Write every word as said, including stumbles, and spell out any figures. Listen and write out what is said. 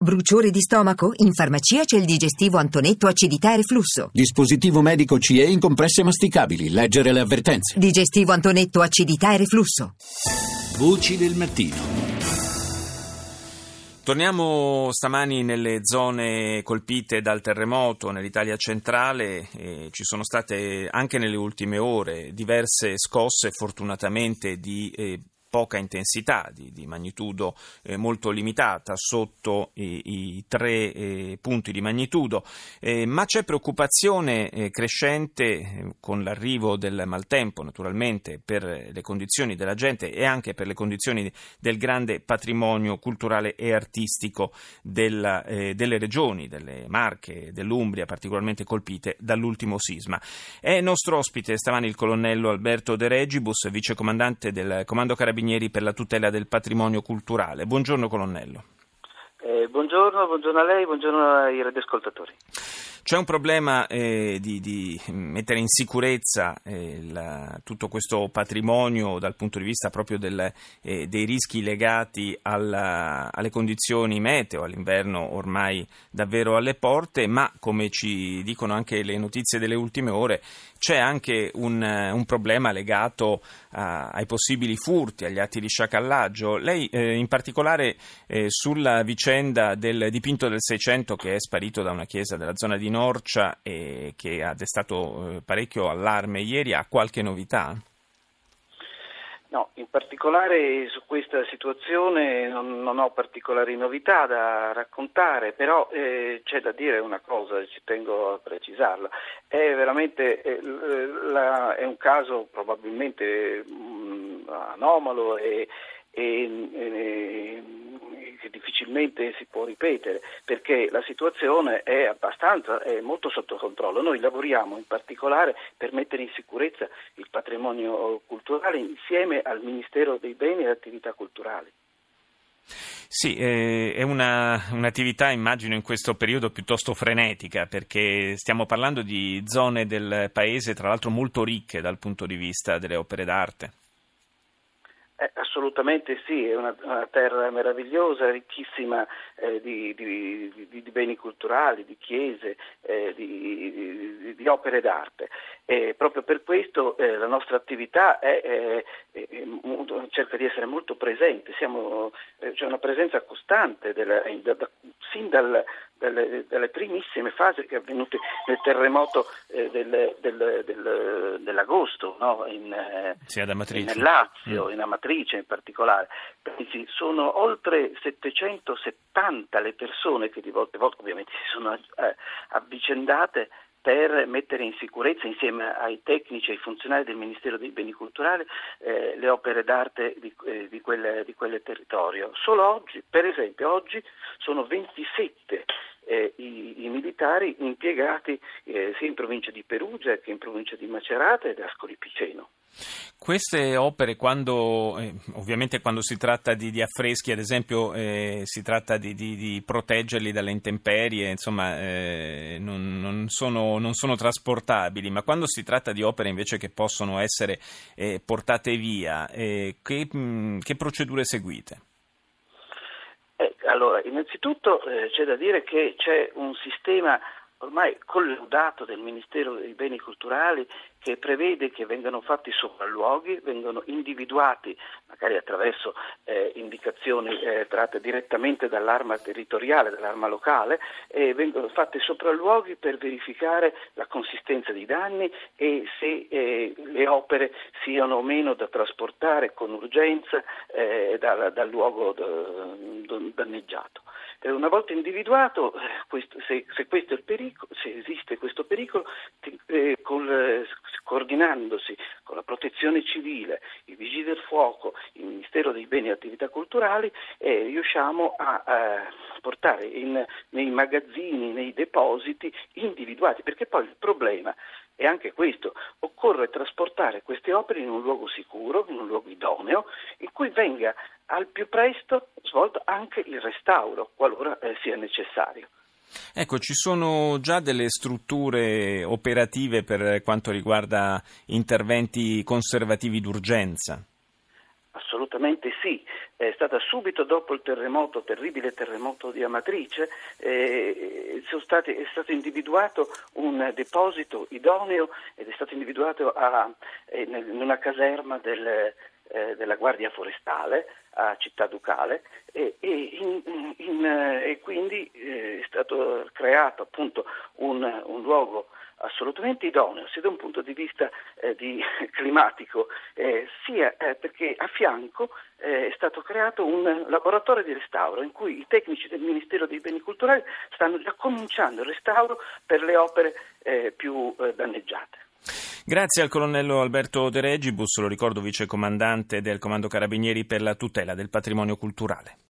Bruciore di stomaco? In farmacia c'è il digestivo Antonetto acidità e reflusso. Dispositivo medico C E in compresse masticabili. Leggere le avvertenze. Digestivo Antonetto acidità e reflusso. Voci del mattino. Torniamo stamani nelle zone colpite dal terremoto nell'Italia centrale. Eh, ci sono state anche nelle ultime ore diverse scosse, fortunatamente di eh, poca intensità, di, di magnitudo eh, molto limitata, sotto i, i tre eh, punti di magnitudo, eh, ma c'è preoccupazione eh, crescente eh, con l'arrivo del maltempo, naturalmente, per le condizioni della gente e anche per le condizioni del grande patrimonio culturale e artistico della, eh, delle regioni, delle Marche, dell'Umbria, particolarmente colpite dall'ultimo sisma. È nostro ospite stamani il colonnello Alberto De Regibus, vicecomandante del Comando Carabinieri per la tutela del patrimonio culturale. Buongiorno colonnello. Eh, buongiorno, buongiorno a lei, buongiorno ai radioascoltatori. C'è un problema eh, di, di mettere in sicurezza eh, la, tutto questo patrimonio dal punto di vista proprio del, eh, dei rischi legati alla, alle condizioni meteo, all'inverno ormai davvero alle porte, ma come ci dicono anche le notizie delle ultime ore, c'è anche un, un problema legato a, ai possibili furti, agli atti di sciacallaggio. Lei eh, in particolare eh, sulla vicenda del dipinto del Seicento che è sparito da una chiesa della zona di Norcia e che ha destato eh, parecchio allarme ieri, ha qualche novità? No, in particolare su questa situazione non, non ho particolari novità da raccontare, però eh, c'è da dire una cosa, ci tengo a precisarla. È veramente eh, la, è un caso probabilmente mh, anomalo e, e, e che difficilmente si può ripetere, perché la situazione è abbastanza, è molto sotto controllo. Noi lavoriamo in particolare per mettere in sicurezza il patrimonio culturale insieme al Ministero dei Beni e Attività Culturali. Sì, eh, è una, un'attività immagino in questo periodo piuttosto frenetica, perché stiamo parlando di zone del paese tra l'altro molto ricche dal punto di vista delle opere d'arte. Eh, assolutamente sì, è una, una terra meravigliosa, ricchissima eh, di, di, di, di beni culturali, di chiese, eh, di, di, di opere d'arte. E proprio per questo eh, la nostra attività è, è, è, è, cerca di essere molto presente, Siamo, eh, c'è una presenza costante della, da, da, sin dal, dalle, dalle primissime fasi che è avvenute nel terremoto eh, del, del, del, dell'agosto, no? in, eh, sì, ad Amatrice. nel Lazio, mm. in Amatrice in particolare. Quindi sono oltre settecentosettanta le persone che di volta in volta ovviamente si sono eh, avvicendate per mettere in sicurezza insieme ai tecnici e ai funzionari del Ministero dei Beni Culturali eh, le opere d'arte di, eh, di, quel, di quel territorio. Solo oggi, per esempio, oggi sono ventisette eh, i, i militari impiegati eh, sia in provincia di Perugia che in provincia di Macerata ed Ascoli Piceno. Queste opere, quando eh, ovviamente quando si tratta di, di affreschi, ad esempio, eh, si tratta di, di, di proteggerli dalle intemperie, insomma, eh, non, non, sono, non sono trasportabili, ma quando si tratta di opere invece che possono essere eh, portate via, eh, che, mh, che procedure seguite? Eh, allora, innanzitutto eh, c'è da dire che c'è un sistema ormai collaudato del Ministero dei Beni Culturali che prevede che vengano fatti sopralluoghi, vengono individuati magari attraverso eh, indicazioni eh, tratte direttamente dall'arma territoriale, dall'arma locale, e vengono fatti sopralluoghi per verificare la consistenza dei danni e se eh, le opere siano o meno da trasportare con urgenza eh, dal, dal luogo d- d- danneggiato. Eh, una volta individuato, eh, questo, se, se questo è il pericolo, se esiste questo pericolo, eh, col, coordinandosi con la protezione civile, i vigili del fuoco, il Ministero dei Beni e Attività Culturali, eh, riusciamo a, a portare in, nei magazzini, nei depositi individuati, perché poi il problema è anche questo: occorre trasportare queste opere in un luogo sicuro, in un luogo idoneo, in cui venga al più presto svolto anche il restauro, qualora eh, sia necessario. Ecco, ci sono già delle strutture operative per quanto riguarda interventi conservativi d'urgenza? Assolutamente sì. è stata subito dopo il terremoto, terribile terremoto di Amatrice, eh, sono stati, è stato individuato un deposito idoneo ed è stato individuato a, in una caserma del, eh, della Guardia Forestale a Città Ducale e, e, in, in, e quindi eh, è stato creato appunto un, un luogo assolutamente idoneo sia da un punto di vista eh, di climatico eh, sia eh, perché a fianco eh, è stato creato un laboratorio di restauro in cui i tecnici del Ministero dei Beni Culturali stanno già cominciando il restauro per le opere eh, più eh, danneggiate. Grazie al colonnello Alberto De Regibus, lo ricordo vicecomandante del Comando Carabinieri per la tutela del patrimonio culturale.